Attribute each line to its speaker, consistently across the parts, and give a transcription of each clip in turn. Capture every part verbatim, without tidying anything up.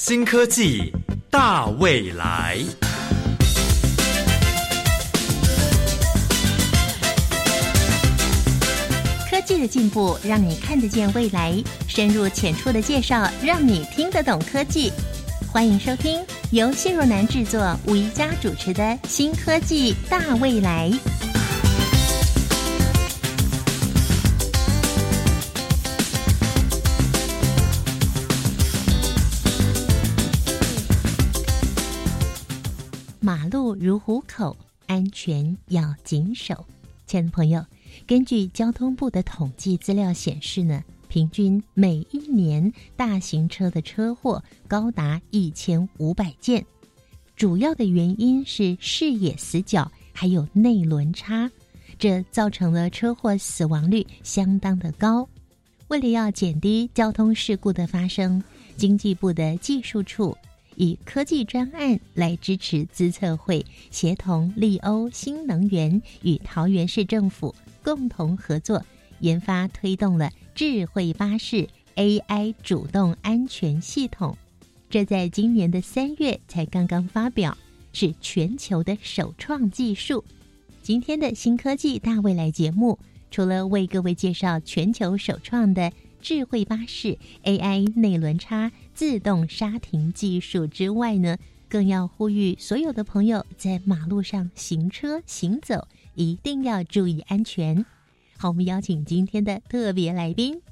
Speaker 1: 新科技大未来。
Speaker 2: 科技的进步让你看得见未来，深入浅出的介绍让你听得懂科技。欢迎收听由谢若男制作、吴宜佳主持的新科技大未来。马路如虎口，安全要谨守。亲爱的朋友，根据交通部的统计资料显示呢，平均每一年大型车的车祸高达一千五百件，主要的原因是视野死角还有内轮差，这造成了车祸死亡率相当的高。为了要减低交通事故的发生，经济部的技术处以科技专案来支持资策会，协同利欧新能源与桃园市政府共同合作，研发推动了智慧巴士 A I 主动安全系统。这在今年的三月才刚刚发表，是全球的首创技术。今天的新科技大未来节目，除了为各位介绍全球首创的智慧巴士 A I 内轮差自动刹停技术之外呢，更要呼吁所有的朋友在马路上行车行走一定要注意安全。好，我们邀请今天的特别来宾。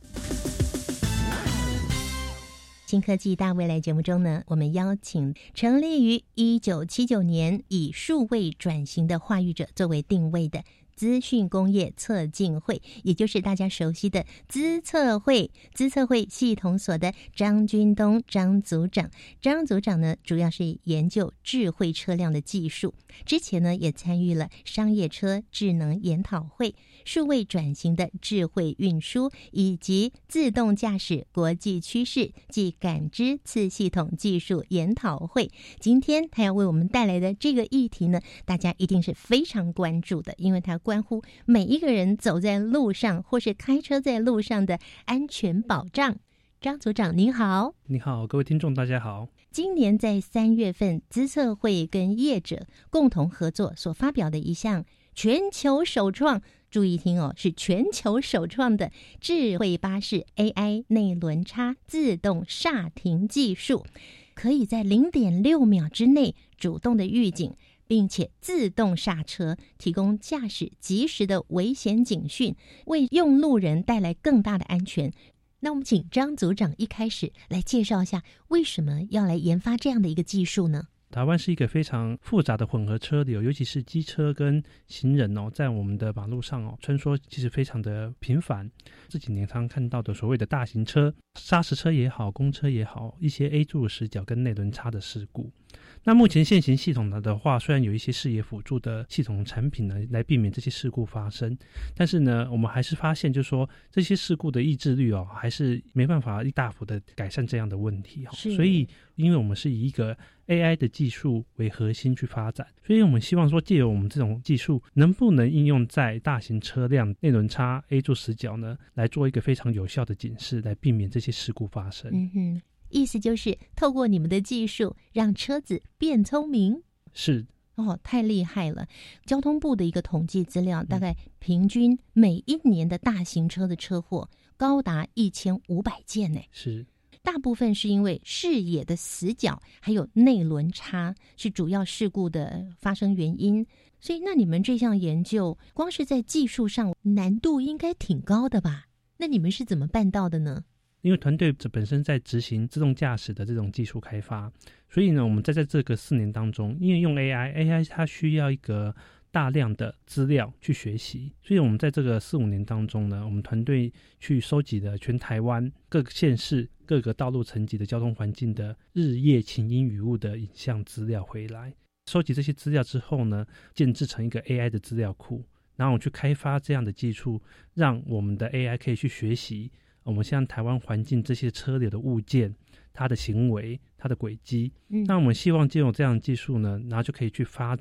Speaker 2: 新科技大未来节目中呢，我们邀请成立于一九七九年，以数位转型的话语者作为定位的资讯工业策进会，也就是大家熟悉的资策会，资策会系统所的张君东张组长。张组长呢，主要是研究智慧车辆的技术，之前呢也参与了商业车智能研讨会、数位转型的智慧运输以及自动驾驶国际趋势及感知次系统技术研讨会。今天他要为我们带来的这个议题呢，大家一定是非常关注的，因为它关乎每一个人走在路上或是开车在路上的安全保障。张组长您好。
Speaker 3: 你好，各位听众大家好。
Speaker 2: 今年在三月份，资策会跟业者共同合作所发表的一项全球首创，注意听哦，是全球首创的智慧巴士 A I 内轮差自动刹停技术，可以在 零点六秒之内主动的预警，并且自动刹车，提供驾驶及时的危险警讯，为用路人带来更大的安全。那我们请张组长一开始来介绍一下，为什么要来研发这样的一个技术呢？
Speaker 3: 台湾是一个非常复杂的混合车流，尤其是机车跟行人哦，在我们的马路上哦穿梭，其实非常的频繁。这几年常看到的所谓的大型车、砂石车也好、公车也好，一些 A 柱死角跟内轮差的事故。那目前现行系统的话，虽然有一些视野辅助的系统产品呢，来避免这些事故发生，但是呢，我们还是发现，就是说这些事故的抑制率哦，还是没办法一大幅的改善这样的问题哦。所以，因为我们是以一个 A I 的技术为核心去发展，所以我们希望说，借由我们这种技术，能不能应用在大型车辆内轮差 A 柱死角呢，来做一个非常有效的警示，来避免这些事故发生。
Speaker 2: 嗯哼。意思就是透过你们的技术让车子变聪明。
Speaker 3: 是
Speaker 2: 哦，太厉害了。交通部的一个统计资料，大概平均每一年的大型车的车祸高达一千五百件呢。
Speaker 3: 是，
Speaker 2: 大部分是因为视野的死角还有内轮差是主要事故的发生原因。所以那你们这项研究光是在技术上难度应该挺高的吧？那你们是怎么办到的呢？
Speaker 3: 因为团队本身在执行自动驾驶的这种技术开发，所以呢，我们在在这个四年当中，因为用 A I，A I 它需要一个大量的资料去学习，所以我们在这个四五年当中呢，我们团队去收集了全台湾各个县市各个道路层级的交通环境的日夜晴阴雨雾的影像资料回来。收集这些资料之后呢，建制成一个 A I 的资料库，然后我去开发这样的技术，让我们的 A I 可以去学习我们像台湾环境这些车流的物件，它的行为、它的轨迹。嗯，那我们希望借用这样的技术呢，然后就可以去发展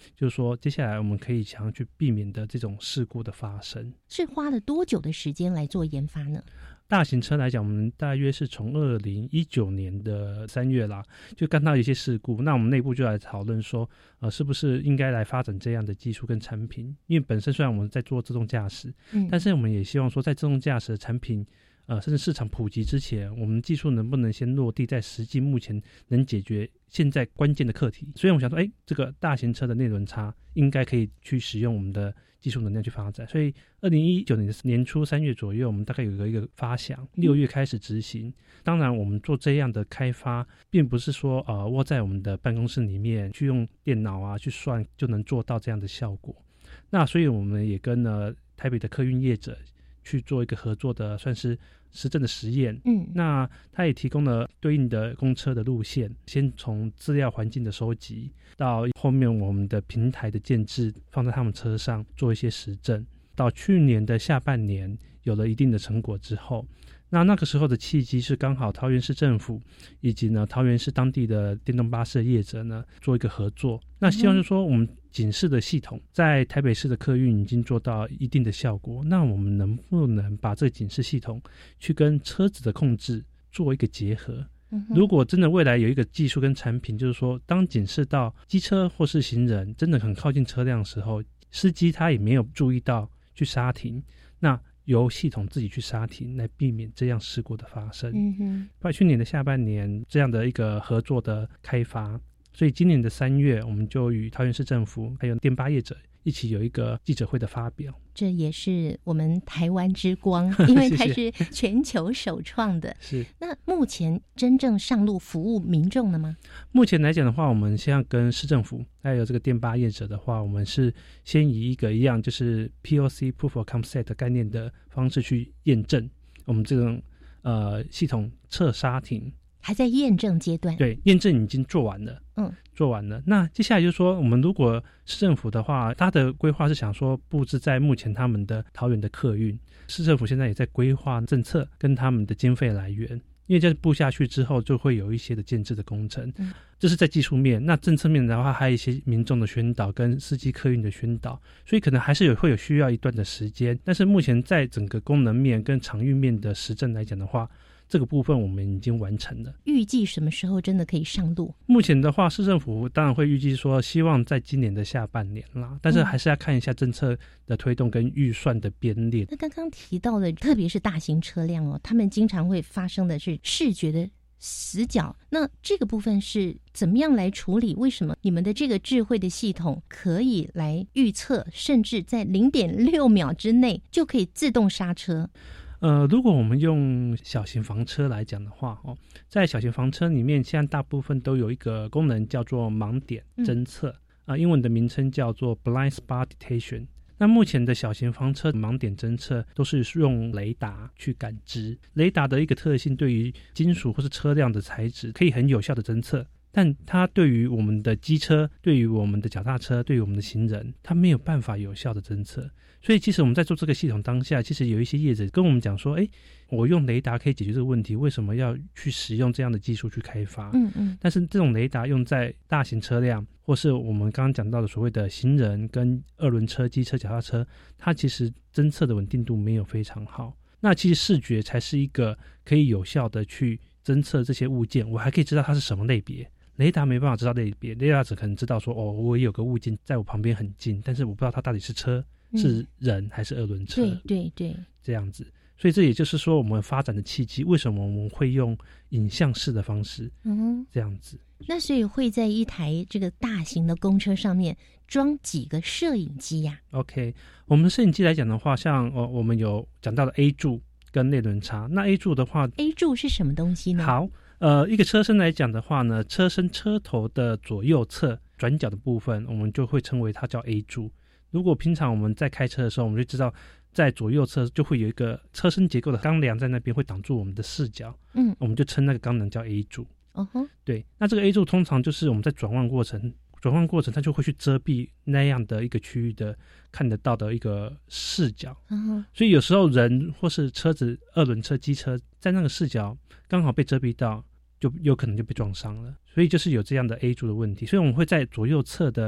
Speaker 3: 就是说接下来我们可以想要去避免的这种事故的发生。
Speaker 2: 是花了多久的时间来做研发呢？
Speaker 3: 大型车来讲，我们大约是从二零一九年的三月啦，就看到一些事故，那我们内部就来讨论说，呃，是不是应该来发展这样的技术跟产品？因为本身虽然我们在做自动驾驶，嗯，但是我们也希望说，在自动驾驶的产品，呃，甚至市场普及之前，我们技术能不能先落地在实际目前能解决现在关键的课题？所以我们想说，哎，这个大型车的内轮差应该可以去使用我们的技术能量去发展，所以二零一九年的年初三月左右，我们大概有一个一个发想，六月开始执行。当然，我们做这样的开发，并不是说呃窝在我们的办公室里面去用电脑啊去算就能做到这样的效果。那所以我们也跟呢台北的客运业者去做一个合作的，算是实证的实验。嗯，那他也提供了对应的公车的路线，先从资料环境的收集，到后面我们的平台的建制，放在他们车上做一些实证。到去年的下半年有了一定的成果之后，那那个时候的契机是刚好桃园市政府以及呢桃园市当地的电动巴士的业者呢做一个合作。那希望就是说我们警示的系统在台北市的客运已经做到一定的效果，那我们能不能把这个警示系统去跟车子的控制做一个结合？如果真的未来有一个技术跟产品，就是说当警示到机车或是行人真的很靠近车辆的时候，司机他也没有注意到去刹停，那由系统自己去刹停，来避免这样事故的发生。嗯哼，在去年的下半年这样的一个合作的开发，所以今年的三月，我们就与桃园市政府还有电巴业者一起有一个记者会的发表。
Speaker 2: 这也是我们台湾之光，因为它是全球首创的。
Speaker 3: 是。
Speaker 2: 那目前真正上路服务民众了吗？
Speaker 3: 目前来讲的话，我们现在跟市政府还有这个电巴业者的话，我们是先以一个一样就是 P O C Proof of Concept 的概念的方式去验证我们这种呃系统测刹停。
Speaker 2: 还在验证阶段。
Speaker 3: 对，验证已经做完了。嗯，做完了。那接下来就是说，我们如果市政府的话，它的规划是想说布置在目前他们的桃园的客运，市政府现在也在规划政策跟他们的经费来源，因为这布下去之后就会有一些的建制的工程。嗯，这是在技术面。那政策面的话，还有一些民众的宣导跟司机客运的宣导，所以可能还是有会有需要一段的时间。但是目前在整个功能面跟场域面的实证来讲的话，这个部分我们已经完成了。
Speaker 2: 预计什么时候真的可以上路？
Speaker 3: 目前的话，市政府当然会预计说希望在今年的下半年啦，但是还是要看一下政策的推动跟预算的编列。
Speaker 2: 那刚刚提到的特别是大型车辆哦，他们经常会发生的是视觉的死角，那这个部分是怎么样来处理？为什么你们的这个智慧的系统可以来预测，甚至在 零点六秒之内就可以自动刹车？
Speaker 3: 呃，如果我们用小型房车来讲的话，哦，在小型房车里面，现在大部分都有一个功能叫做盲点侦测，啊、嗯呃，英文的名称叫做 Blind Spot Detection。那目前的小型房车盲点侦测都是用雷达去感知，雷达的一个特性对于金属或是车辆的材质可以很有效的侦测，但它对于我们的机车、对于我们的脚踏车、对于我们的行人，它没有办法有效的侦测。所以其实我们在做这个系统当下，其实有一些业者跟我们讲说，哎，我用雷达可以解决这个问题，为什么要去使用这样的技术去开发？嗯嗯。但是这种雷达用在大型车辆，或是我们刚刚讲到的所谓的行人跟二轮车、机车、脚踏车，它其实侦测的稳定度没有非常好。那其实视觉才是一个可以有效的去侦测这些物件，我还可以知道它是什么类别。雷达没办法知道类别，雷达只可能知道说，哦，我也有个物件在我旁边很近，但是我不知道它到底是车、嗯、是人还是二轮车。
Speaker 2: 对对对，
Speaker 3: 这样子。所以这也就是说我们发展的契机，为什么我们会用影像式的方式，嗯，这样子。
Speaker 2: 那所以会在一台这个大型的公车上面装几个摄影机呀、
Speaker 3: 啊、？OK， 我们摄影机来讲的话，像哦，我们有讲到的 A 柱跟内轮差。那 A 柱的话
Speaker 2: ，A 柱是什么东西呢？
Speaker 3: 好。呃，一个车身来讲的话呢，车身车头的左右侧转角的部分，我们就会称为它叫 A 柱。如果平常我们在开车的时候，我们就知道在左右侧就会有一个车身结构的钢梁在那边，会挡住我们的视角。嗯，我们就称那个钢梁叫 A 柱。哦吼，对，那这个 A 柱通常就是我们在转弯过程，转弯过程它就会去遮蔽那样的一个区域的看得到的一个视角。嗯，所以有时候人或是车子、二轮车、机车在那个视角刚好被遮蔽到，就有可能就被撞伤了，所以就是有这样的 A 柱的问题。所以我们会在左右侧的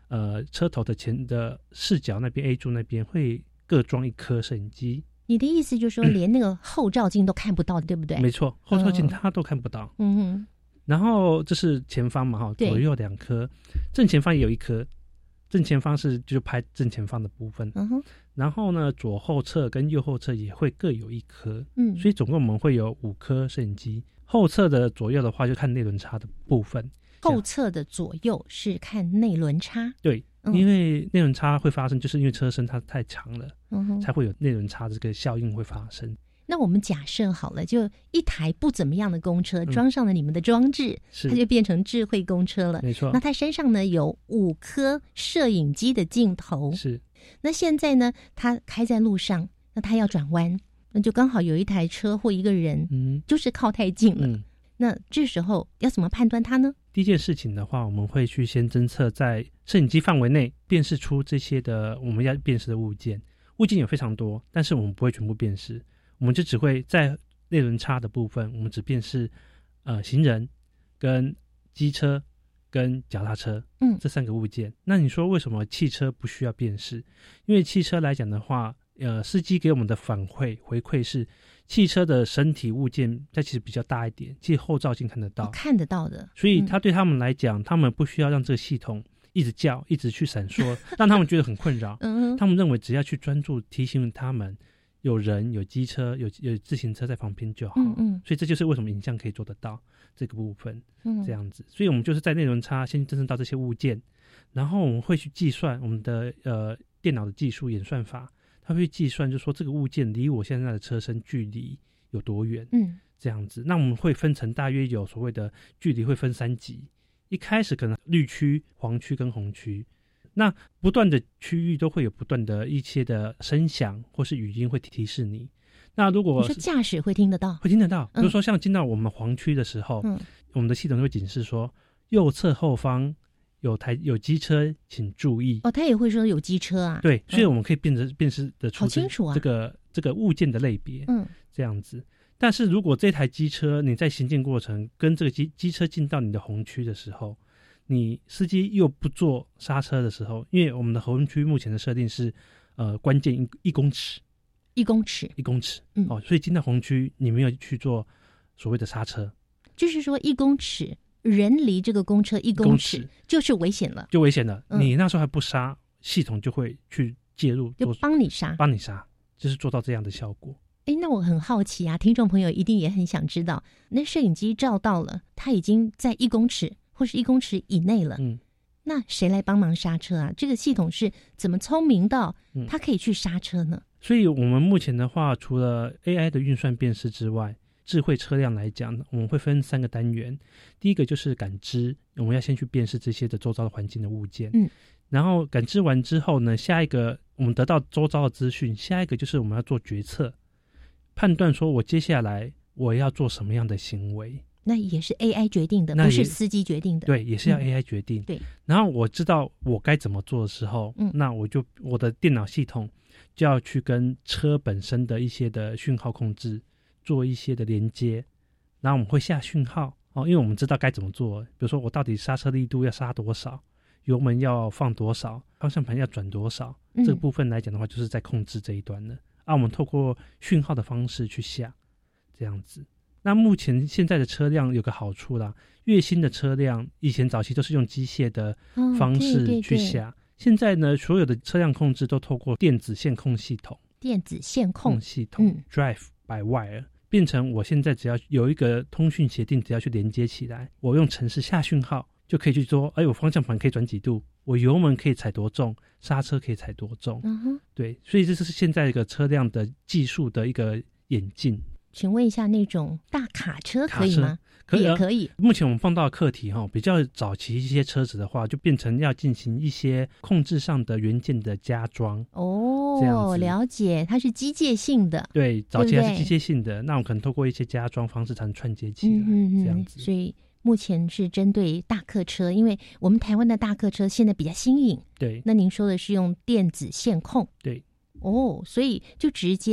Speaker 3: 呃车头的前的视角那边 A 柱那边会各装一颗摄影机。
Speaker 2: 你的意思就是说连那个后照镜都看不到，对不对？
Speaker 3: 没错，后照镜它都看不到。
Speaker 2: 嗯哼。
Speaker 3: 然后这是前方嘛，哈，左右两颗，正前方也有一颗，正前方是就拍正前方的部分。嗯哼。然后呢，左后侧跟右后侧也会各有一颗。嗯。所以总共我们会有五颗摄影机。后侧的左右的话，就看内轮差的部分。
Speaker 2: 后侧的左右是看内轮差。
Speaker 3: 对。因为内轮差会发生，就是因为车身它太长了，嗯，才会有内轮差这个效应会发生。
Speaker 2: 那我们假设好了，就一台不怎么样的公车装上了你们的装置，嗯，它就变成智慧公车了。
Speaker 3: 没错。
Speaker 2: 那它身上呢有五颗摄影机的镜头。
Speaker 3: 是。
Speaker 2: 那现在呢，它开在路上，那它要转弯，那就刚好有一台车或一个人，嗯，就是靠太近了。嗯。那这时候要怎么判断它呢？
Speaker 3: 第一件事情的话，我们会去先侦测在摄影机范围内辨识出这些的我们要辨识的物件。物件有非常多，但是我们不会全部辨识，我们就只会在内轮差的部分，我们只辨识呃行人、跟机车、跟脚踏车，嗯，这三个物件。那你说为什么汽车不需要辨识？因为汽车来讲的话，呃，司机给我们的反馈回馈是。汽车的身体物件它其实比较大一点，其实后照镜看得到，
Speaker 2: 哦，看得到的。
Speaker 3: 所以它对他们来讲，嗯，他们不需要让这个系统一直叫，一直去闪烁，让他们觉得很困扰。嗯，他们认为只要去专注提醒他们有人、有机车、有有自行车在旁边就好。嗯嗯。所以这就是为什么影像可以做得到这个部分。嗯，这样子。所以我们就是在内轮差先侦测到这些物件，然后我们会去计算我们的呃电脑的技术演算法。他会计算，就是说这个物件离我现在的车身距离有多远，嗯，这样子。那我们会分成大约有所谓的距离会分三级，一开始可能绿区、黄区跟红区，那不断的区域都会有不断的一些的声响或是语音会提示你。那如果
Speaker 2: 你说驾驶会听得到，
Speaker 3: 会听得到，比如说像进到我们黄区的时候，嗯，我们的系统会警示说右侧后方。有台有机车，请注意
Speaker 2: 哦。他也会说有机车啊。
Speaker 3: 对，所以我们可以辨识辨识得出
Speaker 2: 好清楚啊
Speaker 3: 这个这个物件的类别，嗯，这样子。但是如果这台机车你在行进过程跟这个机机车进到你的红区的时候，你司机又不做刹车的时候，因为我们的红区目前的设定是呃关键一一公尺，
Speaker 2: 一公尺，
Speaker 3: 一公尺，嗯，哦，所以进到红区你没有去做所谓的刹车，
Speaker 2: 就是说一公尺。人离这个公车一公尺, 公尺就是危险了，
Speaker 3: 就危险了、嗯。你那时候还不刹，系统就会去介入，
Speaker 2: 就帮你刹，
Speaker 3: 帮你刹，就是做到这样的效果。
Speaker 2: 哎，那我很好奇啊，听众朋友一定也很想知道，那摄影机照到了，它已经在一公尺或是一公尺以内了，嗯，那谁来帮忙刹车啊？这个系统是怎么聪明到它可以去刹车呢？
Speaker 3: 嗯、所以我们目前的话，除了 A I 的运算辨识之外，智慧车辆来讲，我们会分三个单元。第一个就是感知，我们要先去辨识这些的周遭的环境的物件，嗯，然后感知完之后呢，下一个我们得到周遭的资讯，下一个就是我们要做决策，判断说我接下来我要做什么样的行为。
Speaker 2: 那也是 A I 决定的，不是司机决定的。
Speaker 3: 对，也是要 A I 决定。嗯、
Speaker 2: 对，
Speaker 3: 然后我知道我该怎么做的时候，嗯，那我就我的电脑系统就要去跟车本身的一些的讯号控制做一些的连接，然后我们会下讯号哦，因为我们知道该怎么做。比如说我到底刹车力度要刹多少，油门要放多少，方向盘要转多少，嗯、这个部分来讲的话，就是在控制这一端的。啊，我们透过讯号的方式去下，这样子。那目前现在的车辆有个好处啦，越新的车辆以前早期都是用机械的方式去下，哦、对对对，现在呢，所有的车辆控制都透过电子线控系统，
Speaker 2: 电子线控
Speaker 3: 系统、嗯、，Drive by Wire， 变成我现在只要有一个通讯协定，只要去连接起来，我用程式下讯号就可以去说，哎，我方向盘可以转几度，我油门可以踩多重，刹车可以踩多重，嗯哼，对，所以这是现在一个车辆的技术的一个演进。
Speaker 2: 请问一下，那种大卡车可以吗？
Speaker 3: 可以，
Speaker 2: 也可以。
Speaker 3: 目前我们放到的课题哈，比较早期一些车子的话，就变成要进行一些控制上的元件的加装。
Speaker 2: 哦，这样子了解，它是机械性的。
Speaker 3: 对，早期还是机械性的，那我们可能透过一些加装方式才能串接起来，嗯嗯这样子。
Speaker 2: 所以目前是针对大客车，因为我们台湾的大客车现在比较新颖。
Speaker 3: 对，
Speaker 2: 那您说的是用电子线控。
Speaker 3: 对。
Speaker 2: 哦，所以就直接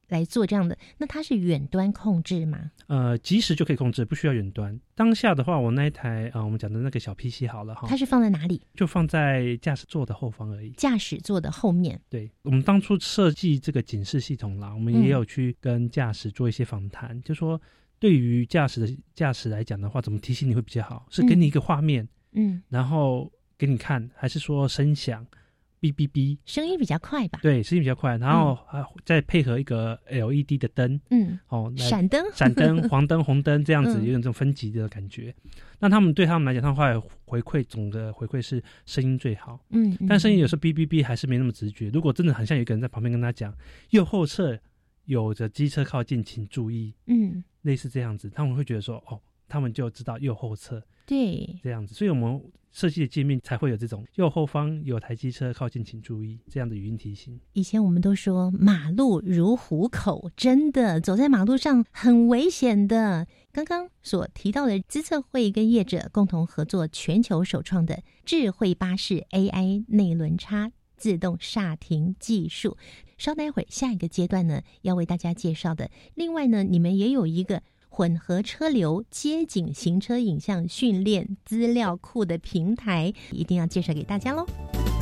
Speaker 2: 来做这样的，那它是远端控制吗？
Speaker 3: 呃，即时就可以控制，不需要远端。当下的话，我那一台呃，我们讲的那个小 P C 好了哈，
Speaker 2: 它是放在哪里？
Speaker 3: 就放在驾驶座的后方而已。
Speaker 2: 驾驶座的后面。
Speaker 3: 对，我们当初设计这个警示系统啦，我们也有去跟驾驶做一些访谈，嗯、就说对于驾驶的驾驶来讲的话，怎么提醒你会比较好？是给你一个画面，嗯，然后给你看，还是说声响？哔哔哔，声
Speaker 2: 音比较快吧？
Speaker 3: 对，声音比较快，然后再配合一一个 L E D 的灯，嗯，哦，
Speaker 2: 闪灯、
Speaker 3: 闪灯、黄灯、红灯这样子，有点这种分级的感觉。嗯、那他们对他们来讲，他们后来回馈总的回馈是声音最好，嗯，但声音有时候哔哔哔还是没那么直觉。如果真的很像有一个人在旁边跟他讲，右后侧有着机车靠近，请注意，嗯，类似这样子，他们会觉得说，哦，他们就知道右后侧。
Speaker 2: 对，
Speaker 3: 这样子，所以我们设计的界面才会有这种右后方有台机车靠近请注意这样的语音提醒。
Speaker 2: 以前我们都说马路如虎口，真的走在马路上很危险的。刚刚所提到的资策会跟业者共同合作全球首创的智慧巴士 A I 内轮差自动刹停技术，稍待会儿下一个阶段呢要为大家介绍的。另外呢，你们也有一个混合车流街景行车影像训练资料库的平台，一定要介绍给大家咯。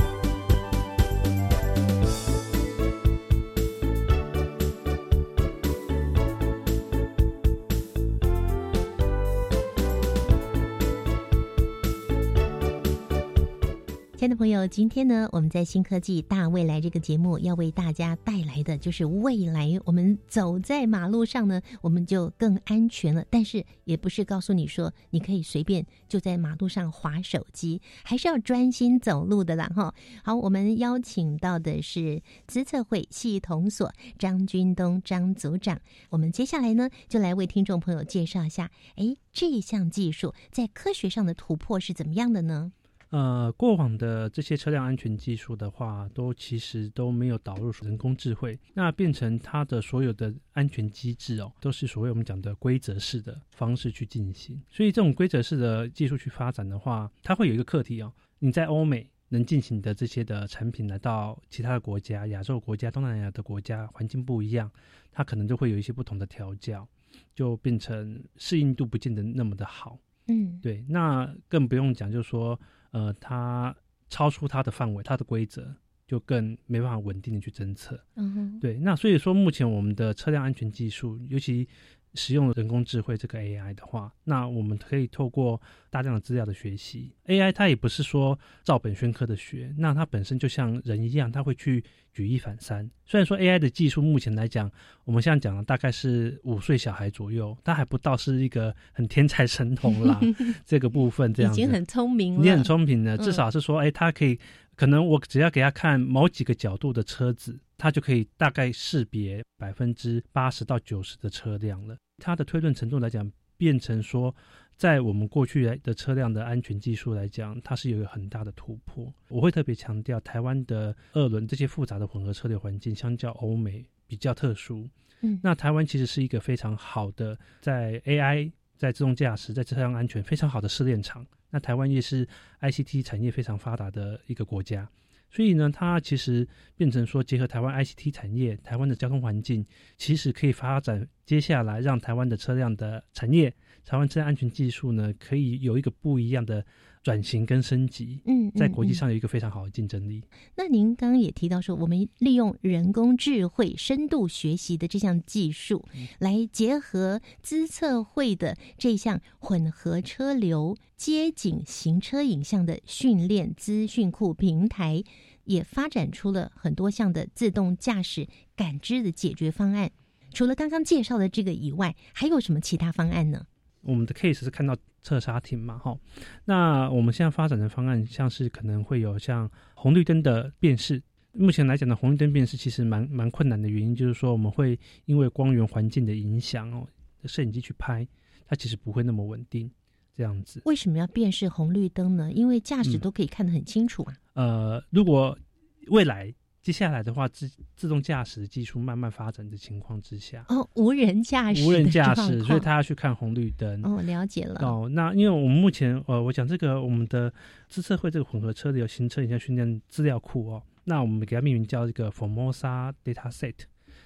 Speaker 2: 亲爱的朋友，今天呢，我们在新科技大未来这个节目要为大家带来的就是未来我们走在马路上呢，我们就更安全了。但是也不是告诉你说你可以随便就在马路上滑手机，还是要专心走路的啦哈。好，我们邀请到的是资策会系统所张君东张组长，我们接下来呢就来为听众朋友介绍一下，哎，这一项技术在科学上的突破是怎么样的呢？
Speaker 3: 呃，过往的这些车辆安全技术的话，都其实都没有导入人工智慧，那变成它的所有的安全机制哦，都是所谓我们讲的规则式的方式去进行。所以这种规则式的技术去发展的话，它会有一个课题哦，你在欧美能进行的这些的产品来到其他的国家，亚洲国家、东南亚的国家，环境不一样，它可能就会有一些不同的调教，就变成适应度不见得那么的好。嗯，对，那更不用讲，就是说。呃，它超出它的范围，它的规则就更没办法稳定的去侦测。嗯哼，对，那所以说目前我们的车辆安全技术，尤其使用人工智慧这个 A I 的话，那我们可以透过大量的资料的学习 ，A I 它也不是说照本宣科的学，那它本身就像人一样，它会去举一反三。虽然说 A I 的技术目前来讲，我们现在讲的大概是五岁小孩左右，它还不到是一个很天才神童啦，这个部分这样子
Speaker 2: 已经很聪明了，
Speaker 3: 你很聪明了，至少是说，哎、嗯，它可以，可能我只要给他看某几个角度的车子，它就可以大概识别百分之八十到九十的车辆了。它的推论程度来讲，变成说，在我们过去的车辆的安全技术来讲，它是有一个很大的突破。我会特别强调，台湾的二轮这些复杂的混合车流环境，相较欧美比较特殊。嗯，那台湾其实是一个非常好的在 A I、在自动驾驶、在车辆安全非常好的试炼场。那台湾也是 I C T 产业非常发达的一个国家。所以呢，它其实变成说，结合台湾 I C T 产业、台湾的交通环境，其实可以发展接下来让台湾的车辆的产业、台湾车辆安全技术呢，可以有一个不一样的转型跟升级，嗯，在国际上有一个非常好的竞争力。
Speaker 2: 嗯嗯、那您刚刚也提到说，我们利用人工智慧深度学习的这项技术，嗯、来结合资策会的这项混合车流街景行车影像的训练资讯库平台，也发展出了很多项的自动驾驶感知的解决方案。除了刚刚介绍的这个以外，还有什么其他方案呢？
Speaker 3: 我们的 case 是看到侧刹停嘛，齁，那我们现在发展的方案像是可能会有像红绿灯的辨识。目前来讲的红绿灯辨识其实蛮蛮困难的原因，就是说我们会因为光源环境的影响哦，摄影机去拍，它其实不会那么稳定。这样子，
Speaker 2: 为什么要辨识红绿灯呢？因为驾驶都可以看得很清楚啊。
Speaker 3: 嗯、呃，如果未来接下来的话，自自动驾驶的技术慢慢发展的情况之下，
Speaker 2: 哦，无人驾驶，
Speaker 3: 无人驾驶，所以他要去看红绿灯。
Speaker 2: 哦，了解了。
Speaker 3: 哦，那因为我们目前呃，我讲这个我们的资策会这个混合车流行车影像训练资料库哦，那我们给它命名叫这个 Formosa Dataset。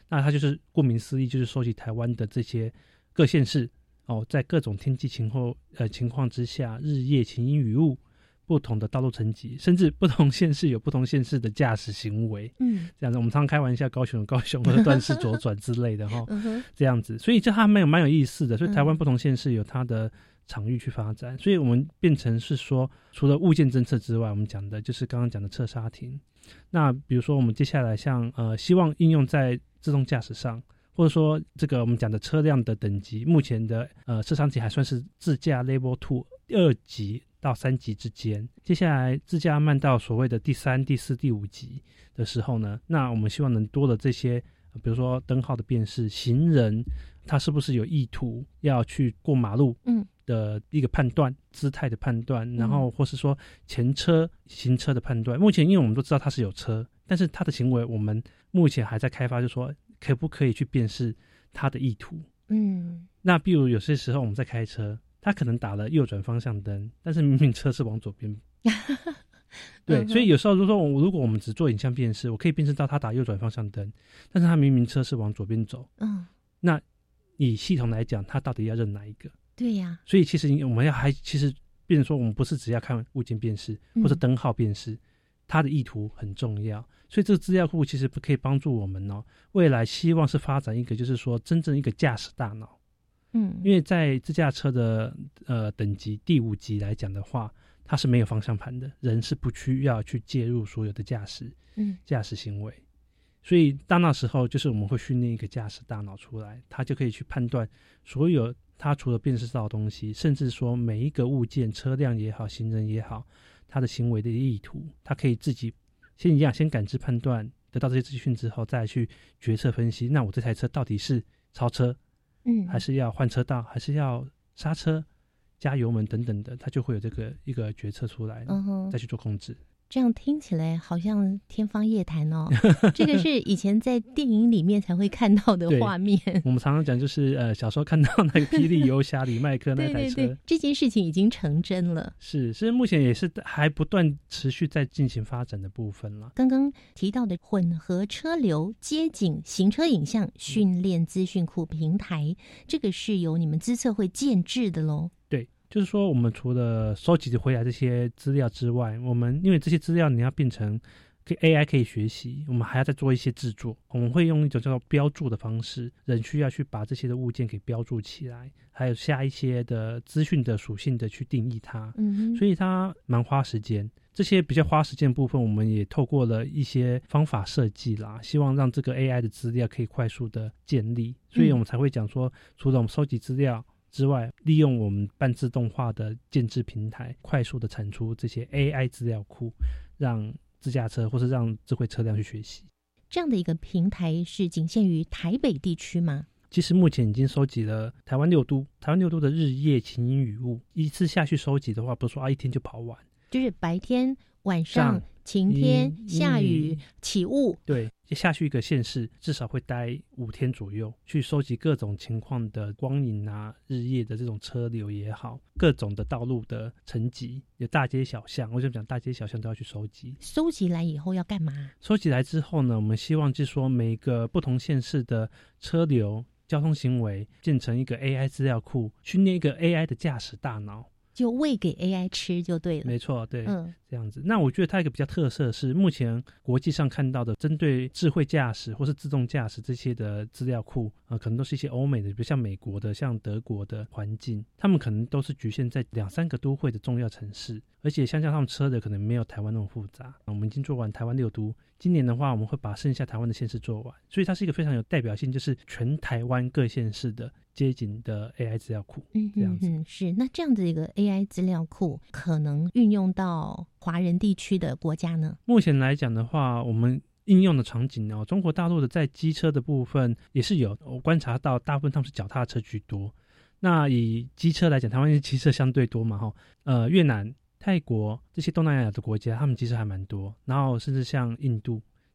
Speaker 3: 那它就是顾名思义，就是收集台湾的这些各县市哦，在各种天气情况呃情况之下，日夜晴阴雨雾，不同的道路层级，甚至不同县市有不同县市的驾驶行为。嗯，这样子，我们常常开玩笑，高雄有高雄的断式左转之类的哈、嗯，这样子，所以这还蛮有蛮有意思的。所以台湾不同县市有它的场域去发展，所以我们变成是说，除了物件侦测之外，我们讲的就是刚刚讲的测刹停。那比如说，我们接下来像呃，希望应用在自动驾驶上。或者说，这个我们讲的车辆的等级，目前的呃车商级还算是自驾 Level 二二级到三级之间。接下来自驾慢到所谓的第三、第四、第五级的时候呢，那我们希望能多的这些，呃、比如说灯号的辨识，行人他是不是有意图要去过马路，嗯的一个判断，姿态的判断，然后或是说前车行车的判断。目前因为我们都知道他是有车，但是他的行为我们目前还在开发，就是说可不可以去辨识他的意图。嗯，那比如有些时候我们在开车，他可能打了右转方向灯，但是明明车是往左边对、嗯、所以有时候如果我如果我们只做影像辨识，我可以辨识到他打右转方向灯，但是他明明车是往左边走。嗯，那以系统来讲，他到底要认哪一个？对呀、啊，所以其实我们要还其实变成说，我们不是只要看物件辨识或者灯号辨识，它的意图很重要。所以这个资料库其实可以帮助我们哦，未来希望是发展一个就是说真正一个驾驶大脑。嗯，因为在自驾车的呃等级第五级来讲的话，它是没有方向盘的，人是不需要去介入所有的驾驶嗯驾驶行为。所以到那时候就是我们会训练一个驾驶大脑出来，它就可以去判断所有它除了辨识到的东西，甚至说每一个物件，车辆也好，行人也好，它的行为的意图，它可以自己先一样先感知判断，得到这些资讯之后，再来去决策分析。那我这台车到底是超车，嗯，还是要换车道，还是要刹车、加油门等等的，它就会有这个一个决策出来，嗯，再去做控制。
Speaker 2: 这样听起来好像天方夜谭哦，这个是以前在电影里面才会看到的画面。
Speaker 3: 我们常常讲就是呃，小时候看到那个霹雳游侠李麦克那台车
Speaker 2: 对对对，这件事情已经成真了。
Speaker 3: 是是，目前也是还不断持续在进行发展的部分了。
Speaker 2: 刚刚提到的混合车流街景行车影像训练资讯库平台、嗯、这个是由你们资策会建制的咯。
Speaker 3: 对，就是说我们除了收集回来这些资料之外，我们因为这些资料你要变成可以 A I 可以学习，我们还要再做一些制作。我们会用一种叫做标注的方式，人需要去把这些的物件给标注起来，还有下一些的资讯的属性的去定义它。嗯，所以它蛮花时间。这些比较花时间的部分，我们也透过了一些方法设计啦，希望让这个 A I 的资料可以快速的建立。所以我们才会讲说，除了我们收集资料之外，利用我们半自动化的建制平台，快速的产出这些 A I 资料库，让自驾车或是让智慧车辆去学习。
Speaker 2: 这样的一个平台是仅限于台北地区吗？
Speaker 3: 其实目前已经收集了台湾六都，台湾六都的日夜晴阴雨雾，一次下去收集的话，不是说啊一天就跑完，
Speaker 2: 就是白天、晚上、晴天、下雨、起雾，
Speaker 3: 对，下去一个县市至少会待五天左右，去收集各种情况的光影啊，日夜的这种车流也好，各种的道路的层级，有大街小巷，为什么讲大街小巷都要去收集？
Speaker 2: 收集来以后要干嘛？
Speaker 3: 收集来之后呢，我们希望就是说每个不同县市的车流、交通行为建成一个 A I 资料库，训练一个 A I 的驾驶大脑。
Speaker 2: 就喂给 A I 吃就对了。
Speaker 3: 没错，对，嗯，这样子。那我觉得它一个比较特色是，目前国际上看到的针对智慧驾驶或是自动驾驶这些的资料库，呃，可能都是一些欧美的，比如像美国的、像德国的环境，他们可能都是局限在两三个都会的重要城市，而且像像他们车的可能没有台湾那么复杂。我们已经做完台湾六都，今年的话我们会把剩下台湾的县市做完，所以它是一个非常有代表性，就是全台湾各县市的街景的 A I 资料库。嗯，这样子。
Speaker 2: 嗯，是。那这样子一个 A I 资料库可能运用到华人地区的国家呢？
Speaker 3: 目前来讲的话，我们应用的场景哦，中国大陆的在机车的部分也是有，我观察到大部分他们是脚踏车居多。那以机车来讲，台湾是机车相对多嘛，哈，呃，越南、泰国这些东南亚的国家，他们其实还蛮多。然后甚至像印度，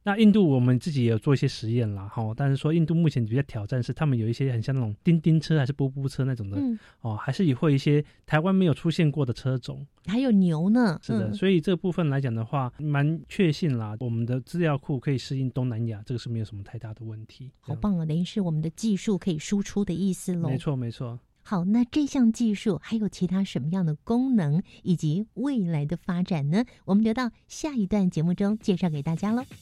Speaker 3: 那印度我们自己也有做一些实验啦，齁，但是说印度目前比较挑战是他们有一些很像那种叮叮车还是波波车那种的、嗯、哦，还是会有一些台湾没有出现过的车种，
Speaker 2: 还有牛呢。
Speaker 3: 是的、嗯、所以这个部分来讲的话蛮确信啦，我们的资料库可以适应东南亚，这个是没有什么太大的问题。
Speaker 2: 好棒啊，等于是我们的技术可以输出的意思咯。
Speaker 3: 没错没错。
Speaker 2: 好，那这项技术还有其他什么样的功能以及未来的发展呢？我们留到下一段节目中介绍给大家咯。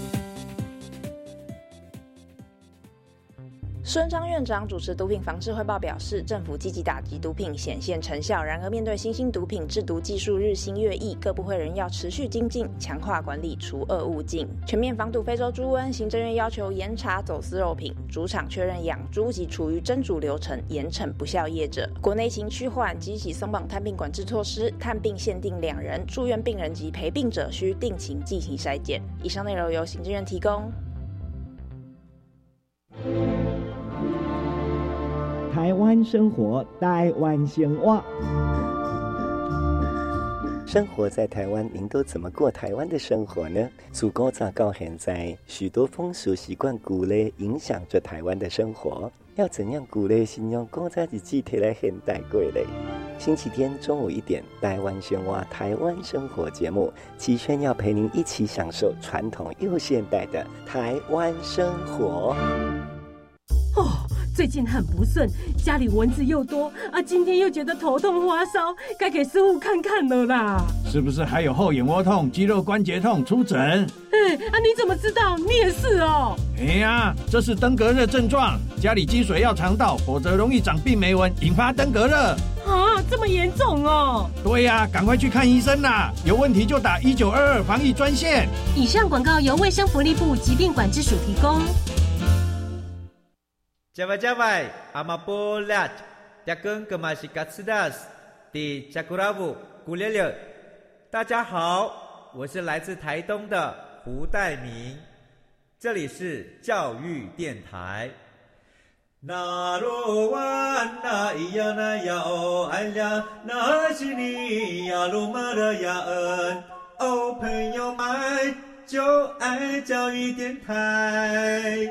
Speaker 4: 孙张院长主持毒品防治汇报表示，政府积极打击毒品显现成效，然而面对新兴毒品制毒技术日新月异，各部会仍要持续精进，强化管理，除恶务尽，全面防堵非洲猪瘟。行政院要求严查走私肉品，主厂确认养猪及处于蒸煮流程，严惩不肖业者。国内情趋缓，积极松绑探病管制措施，探病限定两人，住院病人及陪病者需定期进行筛检。以上内容由行政院提供。
Speaker 5: 台湾生活，台湾生活。
Speaker 6: 生活在台湾，您都怎么过台湾的生活呢？自古早到现在，许多风俗习惯古类影响着台湾的生活。要怎样古类形容古早日子提来现代过嘞？星期天中午一点，台湾生活台湾生活节目，齐轩要陪您一起享受传统又现代的台湾生活。
Speaker 7: 哦，最近很不顺，家里蚊子又多啊，今天又觉得头痛发烧，该给师傅看看了啦。
Speaker 8: 是不是还有后眼窝痛、肌肉关节痛？出诊。
Speaker 7: 哎啊，你怎么知道？你也是哦。
Speaker 8: 哎呀，这是登革热症状，家里积水要常倒，否则容易长病媒蚊，引发登革热。
Speaker 7: 啊，这么严重哦？
Speaker 8: 对呀、啊，赶快去看医生啦！有问题就打一九二二防疫专线。
Speaker 7: 以上广告由卫生福利部疾病管制署提供。
Speaker 9: Jawai-jawai, amapolat, dagang kemasikat di Jakuravu, Gulele。大家好，我是来自台东的胡代明，这里是教育电台。那罗哇那咿呀那呀哦哎呀，那是你呀鲁玛的呀恩哦，朋友们就爱教育电台。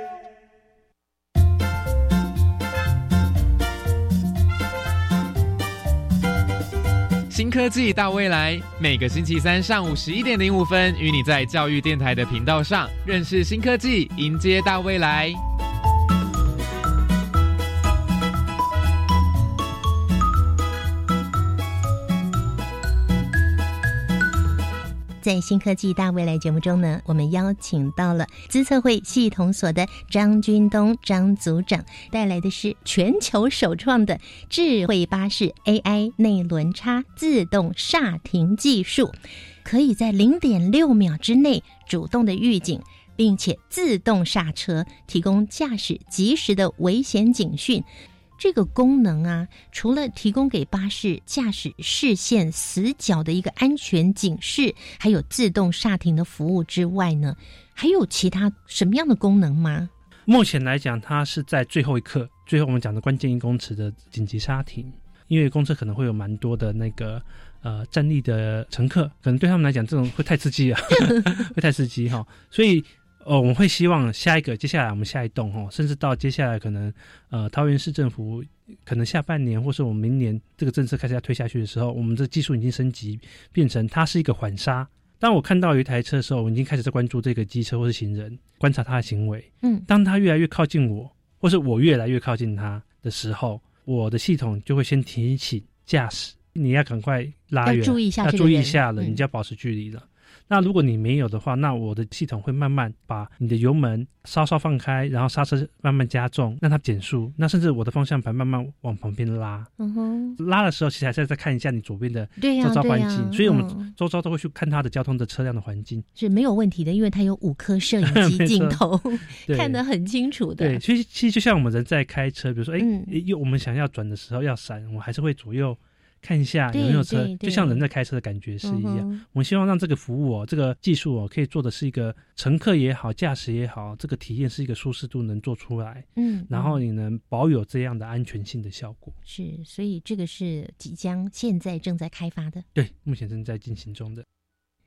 Speaker 10: 新科技大未来，每个星期三上午十一点零五分，与你在教育电台的频道上认识新科技，迎接大未来。
Speaker 2: 在新科技大未来节目中呢，我们邀请到了资策会系统所的张君东张组长，带来的是全球首创的智慧巴士 A I 内轮差自动刹停技术，可以在 零点六秒之内主动的预警，并且自动刹车，提供驾驶及时的危险警讯。这个功能啊，除了提供给巴士驾驶视线死角的一个安全警示，还有自动刹停的服务之外呢，还有其他什么样的功能吗？
Speaker 3: 目前来讲，它是在最后一刻，最后我们讲的关键一公尺的紧急刹停，因为公车可能会有蛮多的那个呃站立的乘客，可能对他们来讲这种会太刺激了会太刺激哈，所以哦，我们会希望下一个，接下来我们下一栋哦，甚至到接下来可能呃桃园市政府可能下半年或是我们明年这个政策开始要推下去的时候，我们的技术已经升级，变成它是一个缓刹。当我看到有一台车的时候，我已经开始在关注这个机车或是行人，观察他的行为。嗯，当他越来越靠近我，或是我越来越靠近他的时候，我的系统就会先提醒驾驶，你要赶快拉远，
Speaker 2: 要注意一下，
Speaker 3: 要注意一下了，你就要保持距离了。那如果你没有的话，那我的系统会慢慢把你的油门稍稍放开，然后刹车慢慢加重，让它减速，那甚至我的方向盘慢慢往旁边拉。嗯哼，拉的时候其实还是要再看一下你左边的周遭环境，啊啊、所以我们周遭都会去看它的交通的车辆的环境，
Speaker 2: 是没有问题的，因为它有五颗摄影机镜头看得很清楚的。
Speaker 3: 对，所以其实就像我们人在开车，比如说哎、嗯，我们想要转的时候要闪，我还是会左右看一下有没有车，就像人在开车的感觉是一样。嗯、我们希望让这个服务哦，这个技术哦，可以做的是一个乘客也好，驾驶也好，这个体验是一个舒适度能做出来，嗯，然后你能保有这样的安全性的效果。
Speaker 2: 是，所以这个是即将现在正在开发的，
Speaker 3: 对，目前正在进行中的。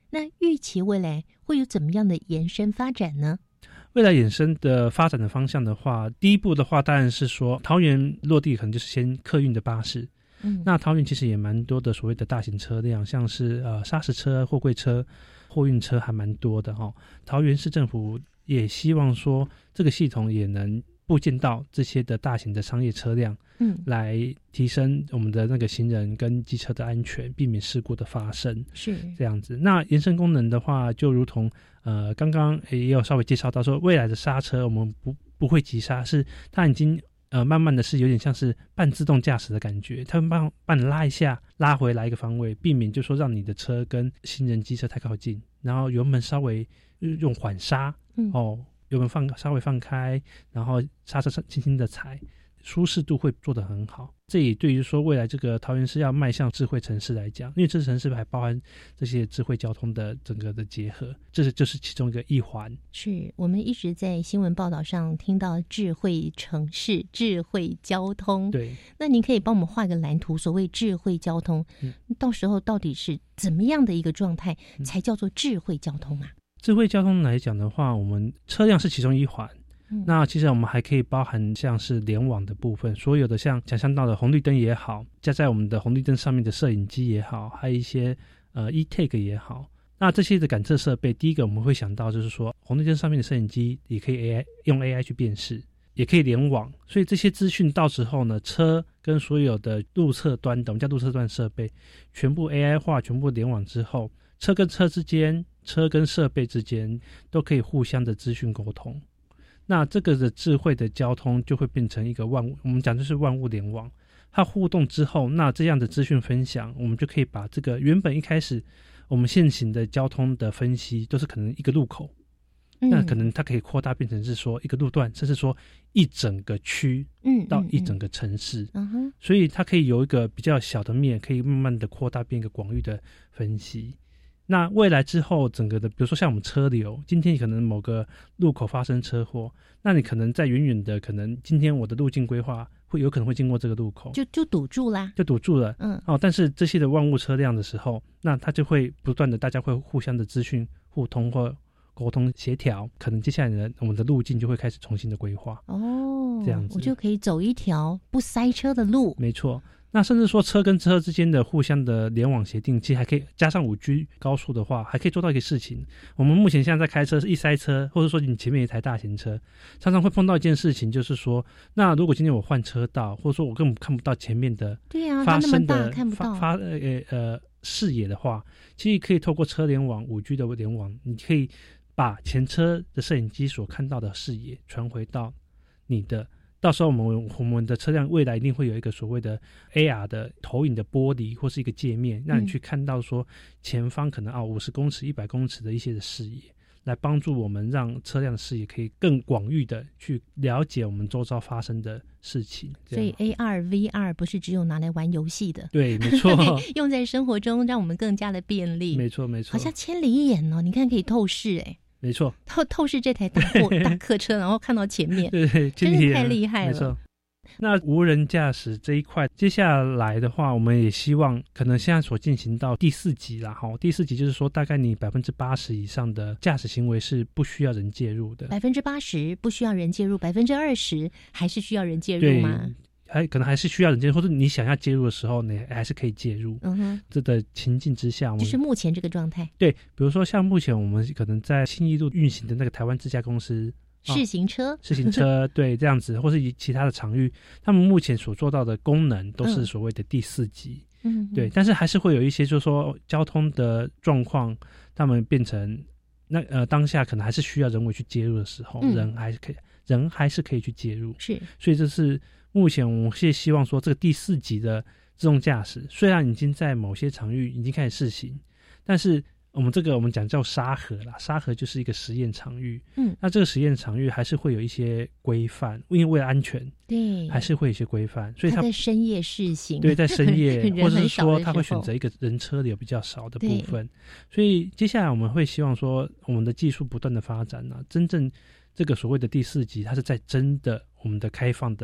Speaker 2: 那预期未来会有怎么样的延伸发展呢？
Speaker 3: 未来衍生的发展的方向的话，第一步的话当然是说桃园落地可能就是先客运的巴士。嗯，那桃园其实也蛮多的所谓的大型车辆，像是呃砂石车、货柜车、货运车还蛮多的哈。桃园市政府也希望说这个系统也能部件到这些的大型的商业车辆，嗯，来提升我们的那个行人跟机车的安全，避免事故的发生，是这样子。那延伸功能的话，就如同呃刚刚也有稍微介绍到说，未来的刹车我们不不会急刹，是它已经呃慢慢的是有点像是半自动驾驶的感觉，它会帮帮你拉一下，拉回来一个方位，避免就说让你的车跟行人机车太靠近，然后油门稍微用缓刹，嗯哦。油门放稍微放开，然后刹车轻轻的踩，舒适度会做得很好。这也对于说未来这个桃园市要迈向智慧城市来讲，因为这城市还包含这些智慧交通的整个的结合，这是就是其中一个一环。是
Speaker 2: 我们一直在新闻报道上听到智慧城市、智慧交通。对，那您可以帮我们画个蓝图，所谓智慧交通，嗯、到时候到底是怎么样的一个状态才叫做智慧交通啊？
Speaker 3: 智慧交通来讲的话，我们车辆是其中一环，嗯、那其实我们还可以包含像是联网的部分，所有的像想象到的红绿灯也好，加在我们的红绿灯上面的摄影机也好，还有一些呃 e-tag 也好，那这些的感测设备，第一个我们会想到就是说红绿灯上面的摄影机也可以 A I 用 A I 去辨识，也可以联网，所以这些资讯到时候呢，车跟所有的路侧端的我们叫路侧端设备全部 A I 化，全部联网之后，车跟车之间，车跟设备之间都可以互相的资讯沟通，那这个的智慧的交通就会变成一个万物，我们讲就是万物联网。它互动之后，那这样的资讯分享，我们就可以把这个原本一开始我们现行的交通的分析都是可能一个路口，嗯、那可能它可以扩大变成是说一个路段，甚至说一整个区，嗯，到一整个城市，嗯嗯，所以它可以有一个比较小的面，可以慢慢的扩大变一个广域的分析。那未来之后整个的比如说像我们车流，今天可能某个路口发生车祸，那你可能在远远的可能今天我的路径规划会有可能会经过这个路口，就就堵住啦就堵住了，嗯，哦，但是这些的万物车辆的时候，那它就会不断的大家会互相的资讯互通或沟通协调，可能接下来呢我们的路径就会开始重新的规划，哦，这样子我就可以走一条不塞车的路。没错，那甚至说车跟车之间的互相的联网协定，其实还可以加上 五 G 高速的话，还可以做到一个事情。我们目前现在在开车，一塞车，或者说你前面有一台大型车，常常会碰到一件事情，就是说，那如果今天我换车道，或者说我根本看不到前面的对啊发生的看不到发呃呃视野的话，其实可以透过车联网 五 G 的联网，你可以把前车的摄影机所看到的视野传回到你的。到时候我们我们的车辆未来一定会有一个所谓的 A R 的投影的玻璃或是一个界面，让你去看到说前方可能啊五十公尺、一百公尺的一些的视野，来帮助我们让车辆的视野可以更广域的去了解我们周遭发生的事情。所以 A R、V R 不是只有拿来玩游戏的，对，没错，用在生活中让我们更加的便利。没错，没错，好像千里眼哦，你看可以透视哎。没错，透透视这台大货大客车，然后看到前面，对对，真是太厉害了。没错。那无人驾驶这一块，接下来的话，我们也希望可能现在所进行到第四级啦，哈，第四级就是说，大概你百分之八十以上的驾驶行为是不需要人介入的。百分之八十不需要人介入，百分之二十还是需要人介入吗？还可能还是需要人介入，或者你想要介入的时候，你还是可以介入。嗯哼，这个情境之下，就是目前这个状态。对，比如说像目前我们可能在信义路运行的那个台湾自驾公司试行车，试行车，对，这样子，或是其他的场域，他们目前所做到的功能都是所谓的第四级。嗯，对，但是还是会有一些，就是说交通的状况，他们变成那呃当下可能还是需要人为去介入的时候，嗯、人还是可以，人还是可以去介入。是，所以这是。目前我们是希望说，这个第四级的自动驾驶虽然已经在某些场域已经开始试行，但是我们这个我们讲叫沙盒啦，沙盒就是一个实验场域。嗯，那这个实验场域还是会有一些规范，因为为了安全，对，还是会有一些规范，所以它在深夜试行，对，在深夜或者是说它会选择一个人车流比较少的部分。所以接下来我们会希望说，我们的技术不断的发展啊，真正这个所谓的第四级，它是在真的我们的开放的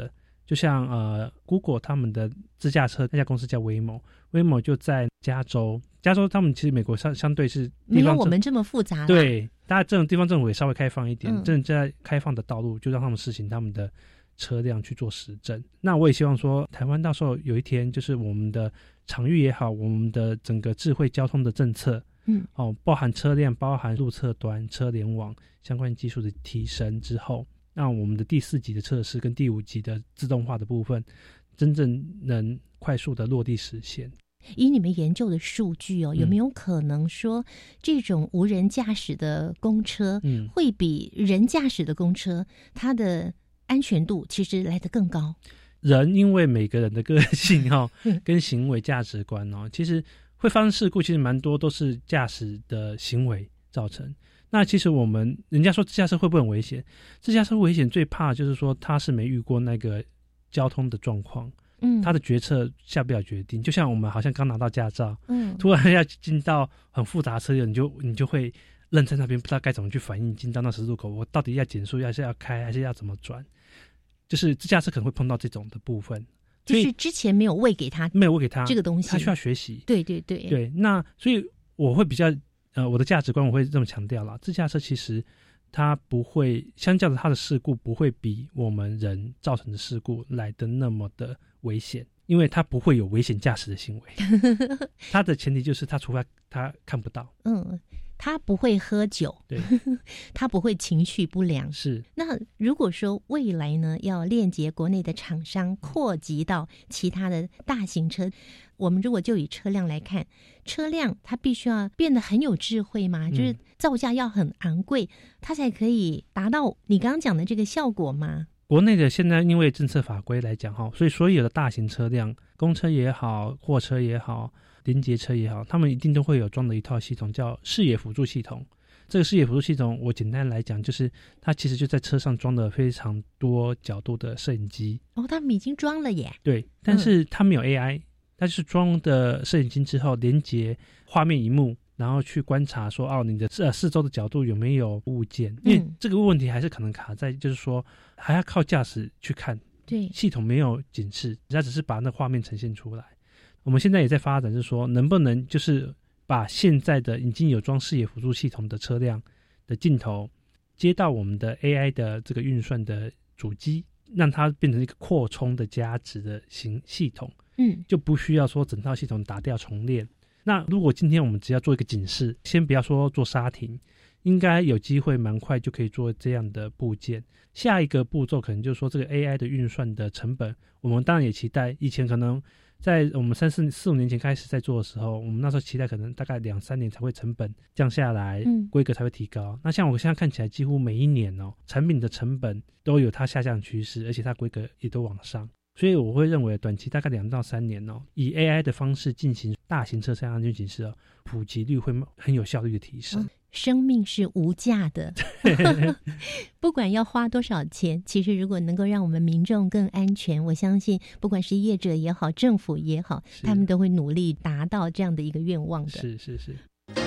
Speaker 3: 就像呃 Google 他们的自驾车那家公司叫 Waymo，Waymo 就在加州，加州他们其实美国相相对是地方
Speaker 2: 没有我们这么复杂啦。
Speaker 3: 对，大家这种地方政府也稍微开放一点，
Speaker 2: 嗯
Speaker 3: 正在开放的道路就让他们实行他们的车辆去做实证。那我也希望说台湾到时候有一天就是我们的场域也好，我们的整个智慧交通的政策
Speaker 2: 嗯，
Speaker 3: 哦，包含车辆，包含路侧端、车联网相关技术的提升之后，让我们的第四级的测试跟第五级的自动化的部分，真正能快速的落地实现。
Speaker 2: 以你们研究的数据哦，
Speaker 3: 嗯
Speaker 2: 有没有可能说这种无人驾驶的公车，
Speaker 3: 嗯，
Speaker 2: 会比人驾驶的公车它的安全度其实来得更高？
Speaker 3: 人因为每个人的个性哦
Speaker 2: 嗯，
Speaker 3: 跟行为价值观哦，其实会发生事故，其实蛮多都是驾驶的行为造成。那其实我们人家说自驾车会不会很危险？自驾车危险最怕就是说他是没遇过那个交通的状况，
Speaker 2: 嗯，
Speaker 3: 他的决策下不了决定。就像我们好像刚拿到驾照，
Speaker 2: 嗯，
Speaker 3: 突然要进到很复杂的车流，你就你就会愣在那边，不知道该怎么去反应。进到那十字路口，我到底要减速，还是要开，还是要怎么转？就是自驾车可能会碰到这种的部分，
Speaker 2: 就是之前没有喂给他，
Speaker 3: 没有喂给他
Speaker 2: 这个东西，
Speaker 3: 他需要学习。
Speaker 2: 对对对
Speaker 3: 对，那所以我会比较呃，我的价值观我会这么强调啦，自驾车其实它不会，相较的它的事故不会比我们人造成的事故来的那么的危险，因为它不会有危险驾驶的行为。它的前提就是它除非它看不到，
Speaker 2: 嗯，他不会喝酒，
Speaker 3: 对，
Speaker 2: 他不会情绪不良。
Speaker 3: 是。
Speaker 2: 那如果说未来呢，要链接国内的厂商，扩及到其他的大型车，我们如果就以车辆来看，车辆它必须要变得很有智慧嘛，
Speaker 3: 嗯
Speaker 2: 就是造价要很昂贵，它才可以达到你刚刚讲的这个效果嘛。
Speaker 3: 国内的现在因为政策法规来讲哈，所以所有的大型车辆，公车也好，货车也好，连结车也好，他们一定都会有装的一套系统，叫视野辅助系统。这个视野辅助系统，我简单来讲，就是它其实就在车上装了非常多角度的摄影机。
Speaker 2: 哦，他们已经装了耶。
Speaker 3: 对，但是它没有 A I，、嗯、它就是装的摄影机之后连接画面萤幕，然后去观察说，哦，你的呃四周的角度有没有物件？因为这个问题还是可能卡在，就是说还要靠驾驶去看，
Speaker 2: 对，
Speaker 3: 系统没有警示，它只是把那画面呈现出来。我们现在也在发展，就是说能不能就是把现在的已经有装视野辅助系统的车辆的镜头接到我们的 A I 的这个运算的主机，让它变成一个扩充的加值的型系统，
Speaker 2: 嗯，
Speaker 3: 就不需要说整套系统打掉重练。那如果今天我们只要做一个警示，先不要说做刹停，应该有机会蛮快就可以做这样的部件。下一个步骤可能就是说这个 A I 的运算的成本，我们当然也期待，以前可能在我们三四四五年前开始在做的时候，我们那时候期待可能大概两三年才会成本降下来，
Speaker 2: 嗯，
Speaker 3: 规格才会提高。那像我现在看起来，几乎每一年哦，产品的成本都有它下降趋势，而且它规格也都往上。所以我会认为短期大概两到三年哦，以 A I 的方式进行大型车辆安全警示哦，普及率会很有效率的提升。
Speaker 2: 嗯，生命是无价的，不管要花多少钱，其实如果能够让我们民众更安全，我相信不管是业者也好，政府也好，他们都会努力达到这样的一个愿望的。
Speaker 3: 是是是。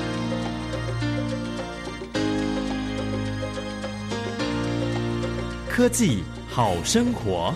Speaker 1: 科技好生活。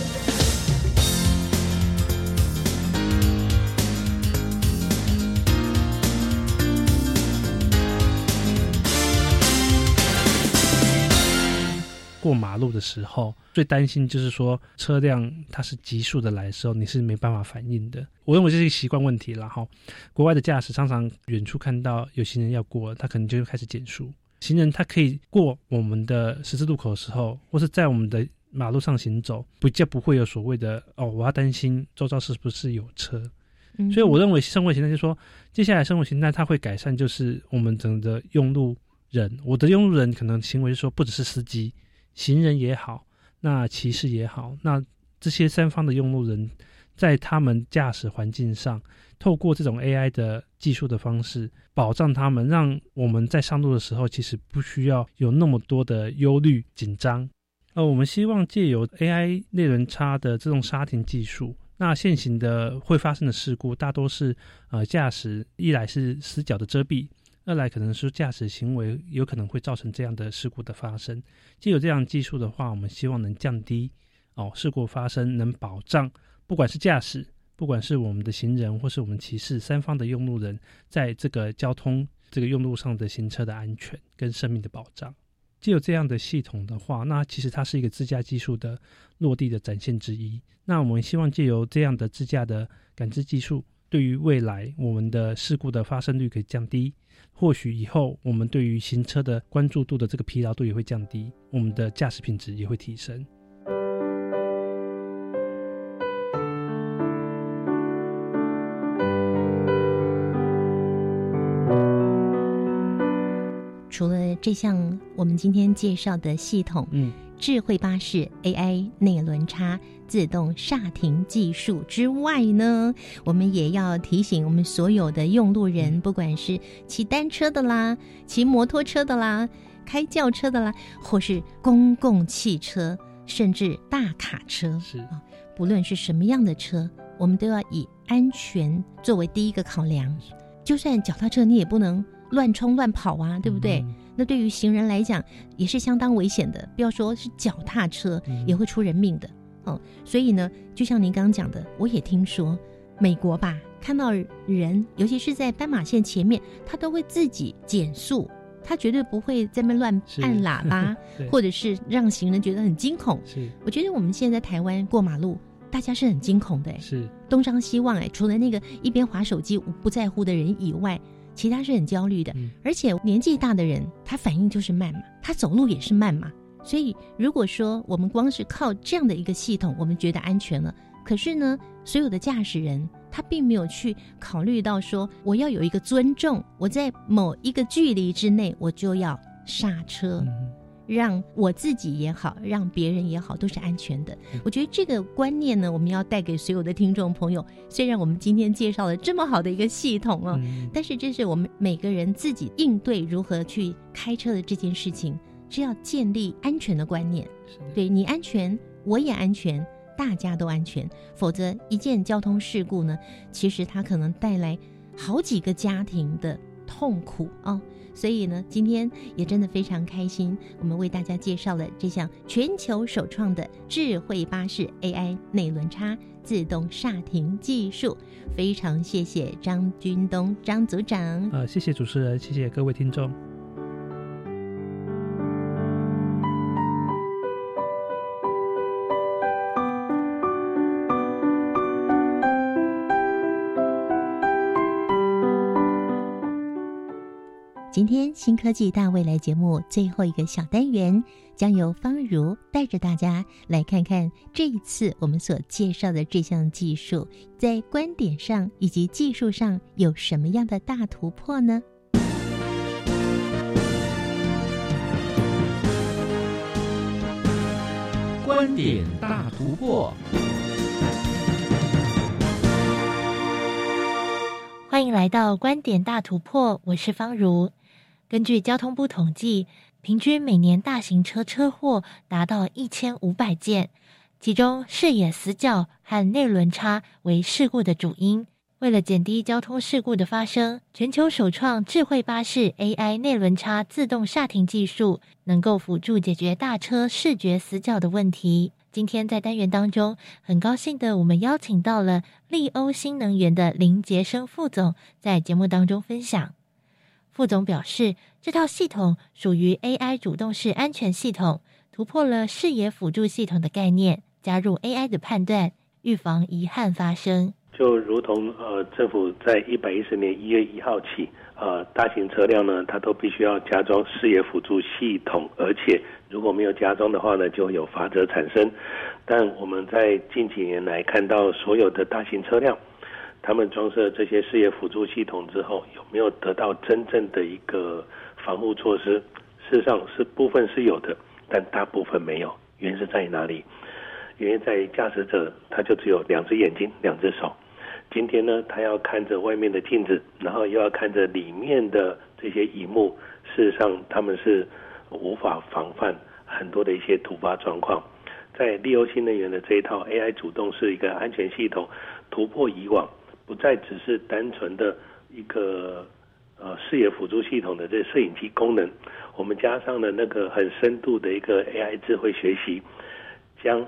Speaker 3: 过马路的时候，最担心就是说车辆它是急速的来的时候，你是没办法反应的。我认为这是一个习惯问题啦齁。国外的驾驶常常远处看到有行人要过，他可能就开始减速。行人他可以过我们的十字路口的时候，或是在我们的马路上行走，比较不会有所谓的哦，我要担心周遭是不是有车。嗯、所以我认为生活形态就是说，接下来生活形态它会改善，就是我们整个用路人，我的用路人可能行为是说，不只是司机。行人也好，那骑士也好，那这些三方的用路人在他们驾驶环境上，透过这种 A I 的技术的方式保障他们，让我们在上路的时候其实不需要有那么多的忧虑紧张。呃，我们希望借由 A I 类人差的这种刹停技术，那现行的会发生的事故大多是呃驾驶一来是死角的遮蔽，二来可能是驾驶行为有可能会造成这样的事故的发生。藉由这样技术的话，我们希望能降低哦，事故发生能保障不管是驾驶，不管是我们的行人或是我们骑士三方的用路人，在这个交通这个用路上的行车的安全跟生命的保障。既有这样的系统的话，那其实它是一个自驾技术的落地的展现之一。那我们希望借由这样的自驾的感知技术，对于未来我们的事故的发生率可以降低，或许以后我们对于行车的关注度的这个疲劳度也会降低，我们的驾驶品质也会提升。
Speaker 2: 除了这项我们今天介绍的系统，嗯，智慧巴士 A I 内轮差自动刹停技术之外呢，我们也要提醒我们所有的用路人，不管是骑单车的啦，骑摩托车的啦，开轿车的啦，或是公共汽车，甚至大卡车，是啊，不论是什么样的车，我们都要以安全作为第一个考量。就算脚踏车，你也不能乱冲乱跑啊，对不对？嗯，那对于行人来讲也是相当危险的，不要说是脚踏车，嗯，也会出人命的，哦，所以呢，就像您刚刚讲的，我也听说美国吧，看到人尤其是在斑马线前面，他都会自己减速，他绝对不会在那边乱按喇叭或者是让行人觉得很惊恐。是，我觉得我们现在在台湾过马路大家是很惊恐的，是东张西望，除了那个一边滑手机不在乎的人以外，其他是很焦虑的，嗯，而且年纪大的人他反应就是慢嘛，他走路也是慢嘛，所以如果说我们光是靠这样的一个系统我们觉得安全了，可是呢所有的驾驶人他并没有去考虑到说我要有一个尊重，我在某一个距离之内我就要刹车，嗯，让我自己也好，让别人也好，都是安全的。我觉得这个观念呢，我们要带给所有的听众朋友。虽然我们今天介绍了这么好的一个系统哦，嗯，但是这是我们每个人自己应对如何去开车的这件事情，是要建立安全的观念。对，你安全，我也安全，大家都安全。否则，一件交通事故呢，其实它可能带来好几个家庭的痛苦哦。所以呢，今天也真的非常开心，我们为大家介绍了这项全球首创的智慧巴士 A I 内轮差自动刹停技术。非常谢谢张君东张组长。
Speaker 3: 呃，谢谢主持人，谢谢各位听众。
Speaker 2: 今天新科技大未来节目最后一个小单元，将由方如带着大家来看看这一次我们所介绍的这项技术在观点上以及技术上有什么样的大突破呢？
Speaker 1: 观点大突破。
Speaker 11: 欢迎来到观点大突破，我是方如。根据交通部统计，平均每年大型车车祸达到一千五百件，其中视野死角和内轮差为事故的主因。为了减低交通事故的发生，全球首创智慧巴士 A I 内轮差自动刹停技术，能够辅助解决大车视觉死角的问题。今天在单元当中，很高兴的我们邀请到了利欧新能源的林杰生副总，在节目当中分享。副总表示，这套系统属于 A I 主动式安全系统，突破了视野辅助系统的概念，加入 A I 的判断，预防遗憾发生。
Speaker 12: 就如同呃，政府在一百一十年一月一号起，呃，大型车辆呢，它都必须要加装视野辅助系统，而且如果没有加装的话呢，就会有罚则产生。但我们在近几年来看到，所有的大型车辆，他们装设这些视野辅助系统之后，有没有得到真正的一个防护措施？事实上是部分是有的，但大部分没有。原因是在于哪里？原因在于驾驶者他就只有两只眼睛、两只手。今天呢，他要看着外面的镜子，然后又要看着里面的这些萤幕，事实上他们是无法防范很多的一些突发状况。在利欧新能源的这一套 A I 主动式一个安全系统，突破以往不再只是单纯的一个呃视野辅助系统的这摄影机功能，我们加上了那个很深度的一个 A I 智慧学习，将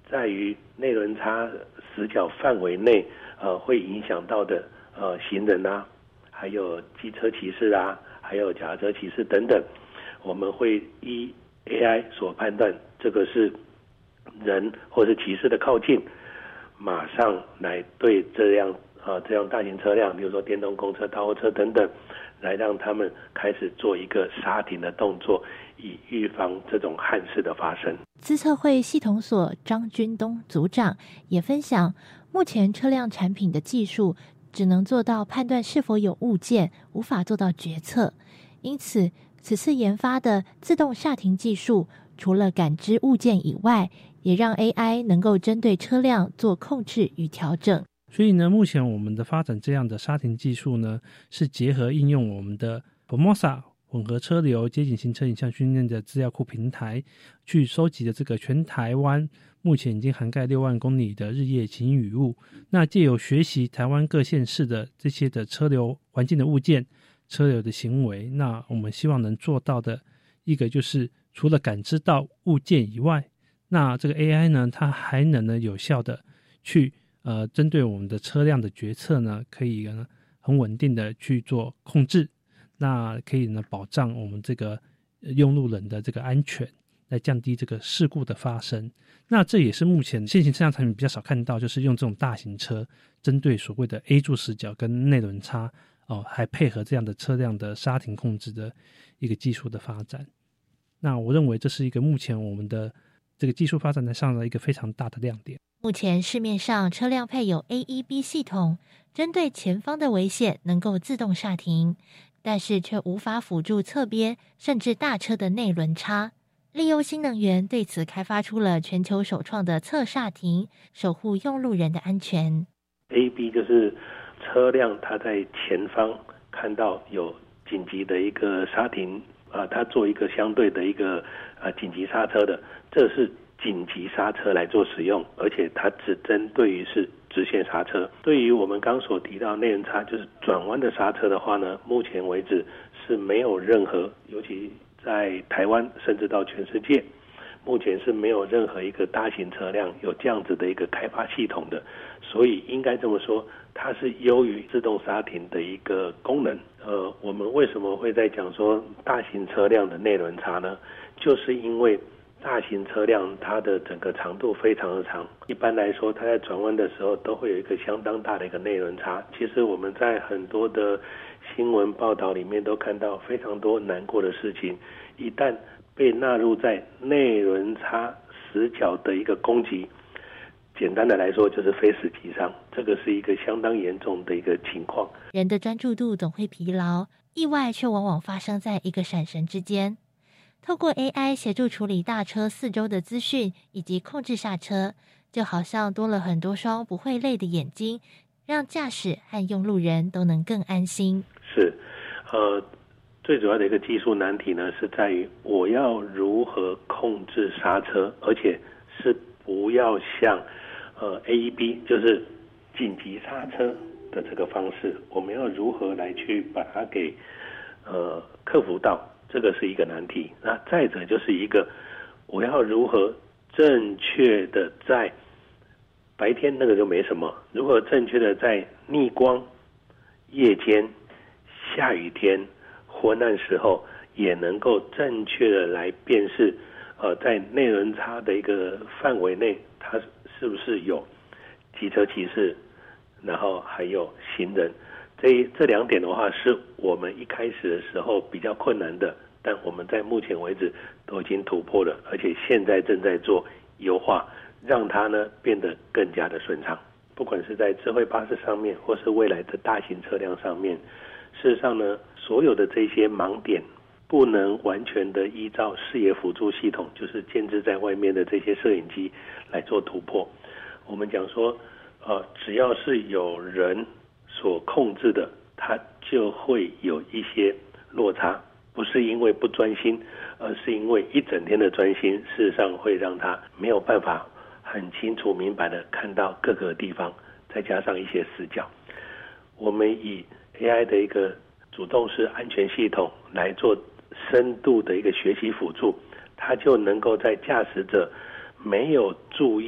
Speaker 12: 在于内轮差死角范围内，呃，会影响到的呃行人啊，还有机车骑士啊，还有脚踏车骑士等等，我们会依 A I 所判断这个是人或是骑士的靠近，马上来对这样呃这样大型车辆，比如说电动公车、大货车等等，来让他们开始做一个刹停的动作，以预防这种憾事的发生。
Speaker 11: 资策会系统所张军东组长也分享，目前车辆产品的技术只能做到判断是否有物件，无法做到决策。因此，此次研发的自动刹停技术，除了感知物件以外，也让 A I 能够针对车辆做控制与调整。
Speaker 3: 所以呢，目前我们的发展这样的刹停技术呢，是结合应用我们的 Formosa 混合车流街景行车影像训练的资料库平台，去收集的这个全台湾目前已经涵盖六万公里的日夜晴雨雾。那藉由学习台湾各县市的这些的车流环境的物件、车流的行为，那我们希望能做到的一个就是除了感知到物件以外，那这个 A I 呢，它还能呢有效的去呃针对我们的车辆的决策呢，可以呢很稳定的去做控制，那可以呢保障我们这个用路人的这个安全，来降低这个事故的发生。那这也是目前现行车辆产品比较少看到，就是用这种大型车针对所谓的 A 柱死角跟内轮差哦，还配合这样的车辆的刹停控制的一个技术的发展。那我认为这是一个目前我们的这个技术发展上的一个非常大的亮点。
Speaker 11: 目前市面上车辆配有 A E B 系统，针对前方的危险能够自动刹停，但是却无法辅助侧边甚至大车的内轮差。利优新能源对此开发出了全球首创的侧刹停，守护用路人的安全。
Speaker 12: A E B 就是车辆它在前方看到有紧急的一个刹停，呃，它做一个相对的一个呃紧急刹车的，这是紧急刹车来做使用，而且它只针对于是直线刹车。对于我们刚所提到内轮差就是转弯的刹车的话呢，目前为止是没有任何，尤其在台湾甚至到全世界，目前是没有任何一个大型车辆有这样子的一个开发系统的，所以应该这么说，它是优于自动刹停的一个功能。呃，我们为什么会在讲说大型车辆的内轮差呢？就是因为大型车辆它的整个长度非常的长，一般来说它在转弯的时候都会有一个相当大的一个内轮差。其实我们在很多的新闻报道里面都看到非常多难过的事情，一旦被纳入在内轮差死角的一个攻击，简单的来说就是非死即伤，这个是一个相当严重的一个情况。
Speaker 11: 人的专注度总会疲劳，意外却往往发生在一个闪神之间。透过 A I 协助处理大车四周的资讯以及控制刹车，就好像多了很多双不会累的眼睛，让驾驶和用路人都能更安心。是，
Speaker 12: 呃，最主要的一个技术难题呢，是在于我要如何控制刹车，而且是不要像呃 A E B 就是紧急刹车的这个方式，我们要如何来去把它给呃克服到，这个是一个难题。那再者就是一个我要如何正确的在白天那个就没什么，如何正确的在逆光、夜间、下雨天、昏暗时候也能够正确的来辨识呃，在内轮差的一个范围内，它是不是有机车骑士，然后还有行人。这这两点的话，是我们一开始的时候比较困难的，但我们在目前为止都已经突破了，而且现在正在做优化，让它呢变得更加的顺畅。不管是在智慧巴士上面，或是未来的大型车辆上面，事实上呢，所有的这些盲点不能完全的依照视野辅助系统，就是建置在外面的这些摄影机来做突破。我们讲说，呃，只要是有人所控制的，它就会有一些落差，不是因为不专心，而是因为一整天的专心，事实上会让它没有办法很清楚明白的看到各个地方，再加上一些死角。我们以 A I 的一个主动式安全系统来做深度的一个学习辅助，它就能够在驾驶者没有注意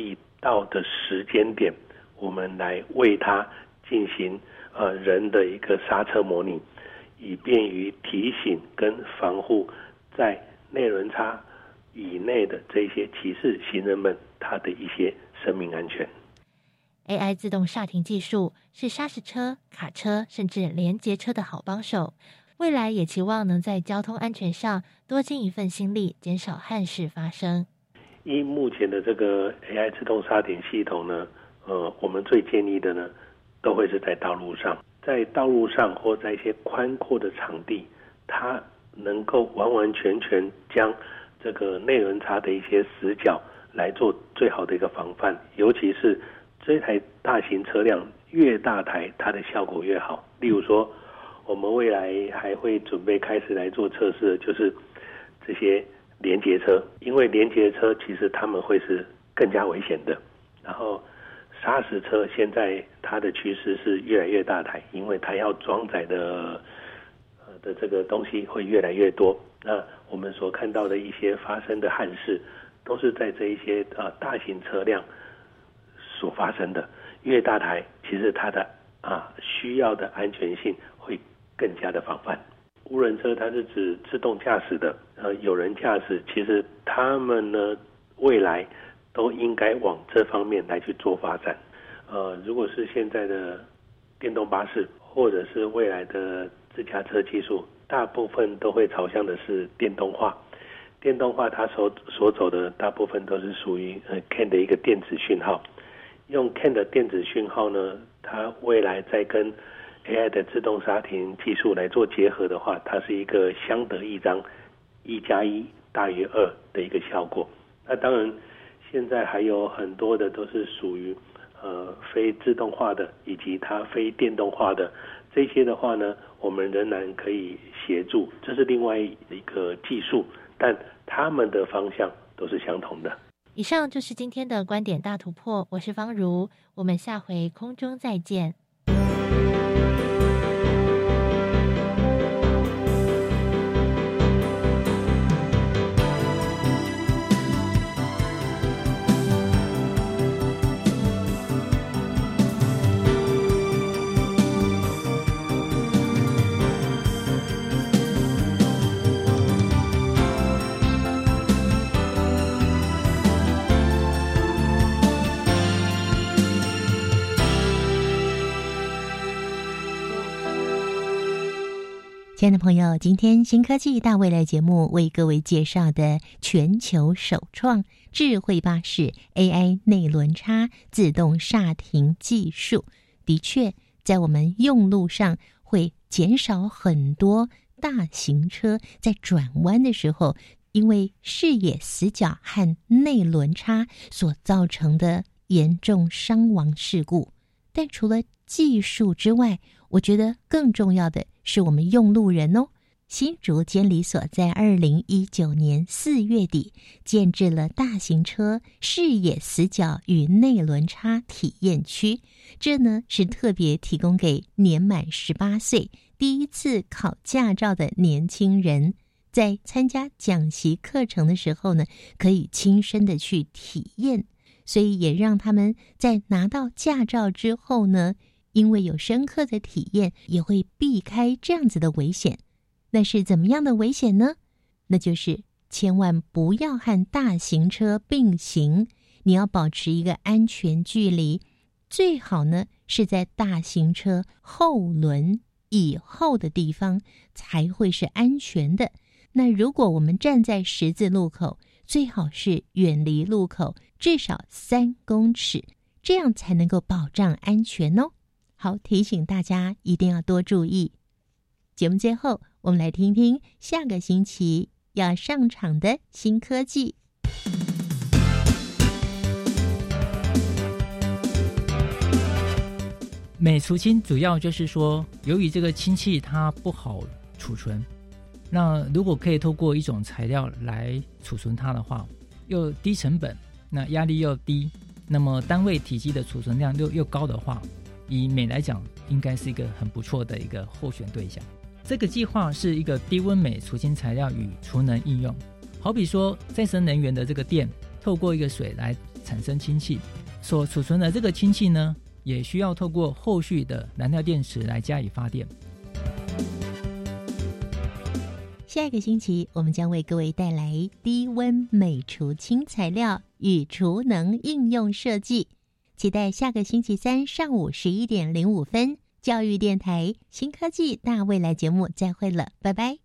Speaker 12: 到的时间点，我们来为它进行呃人的一个刹车模拟，以便于提醒跟防护在内轮差以内的这些骑士行人们他的一些生命安全。
Speaker 11: A I 自动刹停技术是砂石车、卡车甚至联结车的好帮手，未来也期望能在交通安全上多尽一份心力，减少憾事发生。
Speaker 12: 依目前的这个 A I 自动刹停系统呢，呃，我们最建议的呢，都会是在道路上，在道路上或在一些宽阔的场地，它能够完完全全将这个内轮差的一些死角来做最好的一个防范，尤其是这台大型车辆越大台，它的效果越好。例如说，我们未来还会准备开始来做测试，就是这些联结车，因为联结车其实他们会是更加危险的。然后砂石车现在它的趋势是越来越大台，因为它要装载的呃的这个东西会越来越多。那我们所看到的一些发生的憾事，都是在这一些呃大型车辆所发生的。越大台，其实它的啊需要的安全性会更加的防范。无人车它是指自动驾驶的，呃，有人驾驶，其实他们呢未来都应该往这方面来去做发展。呃，如果是现在的电动巴士，或者是未来的自驾车技术，大部分都会朝向的是电动化。电动化它所所走的大部分都是属于呃 C A N 的一个电子讯号。用 C A N 的电子讯号呢，它未来再跟 A I 的自动刹停技术来做结合的话，它是一个相得益彰，一加一大于二的一个效果。那当然，现在还有很多的都是属于呃非自动化的，以及它非电动化的这些的话呢，我们仍然可以协助，这是另外一个技术，但他们的方向都是相同的。
Speaker 11: 以上就是今天的观点大突破，我是方如，我们下回空中再见。
Speaker 2: 亲爱的朋友，今天新科技大未来节目为各位介绍的全球首创智慧巴士 A I 内轮差自动刹停技术，的确在我们用路上会减少很多大型车在转弯的时候因为视野死角和内轮差所造成的严重伤亡事故。但除了技术之外，我觉得更重要的是我们用路人哦。新竹监理所在二零一九年四月底建置了大型车视野死角与内轮差体验区，这呢是特别提供给年满十八岁第一次考驾照的年轻人，在参加讲习课程的时候呢，可以亲身的去体验，所以也让他们在拿到驾照之后呢，因为有深刻的体验，也会避开这样子的危险。那是怎么样的危险呢？那就是千万不要和大型车并行，你要保持一个安全距离，最好呢是在大型车后轮以后的地方才会是安全的。那如果我们站在十字路口，最好是远离路口至少三公尺，这样才能够保障安全哦。好，提醒大家一定要多注意。节目最后，我们来听听下个星期要上场的新科技。
Speaker 13: 镁除氢主要就是说，由于这个氢气它不好储存，那如果可以透过一种材料来储存它的话，又低成本，那压力又低，那么单位体积的储存量又又高的话，以镁来讲，应该是一个很不错的一个候选对象。这个计划是一个低温镁除氢材料与储能应用，好比说再生能源的这个电，透过一个水来产生氢气， 所储存的这个氢气呢，也需要透过后续的燃料电池来加以发电。
Speaker 2: 下一个星期，我们将为各位带来低温美除氢材料与储能应用设计。期待下个星期三上午十一点零五分，教育电台新科技大未来节目再会了，拜拜。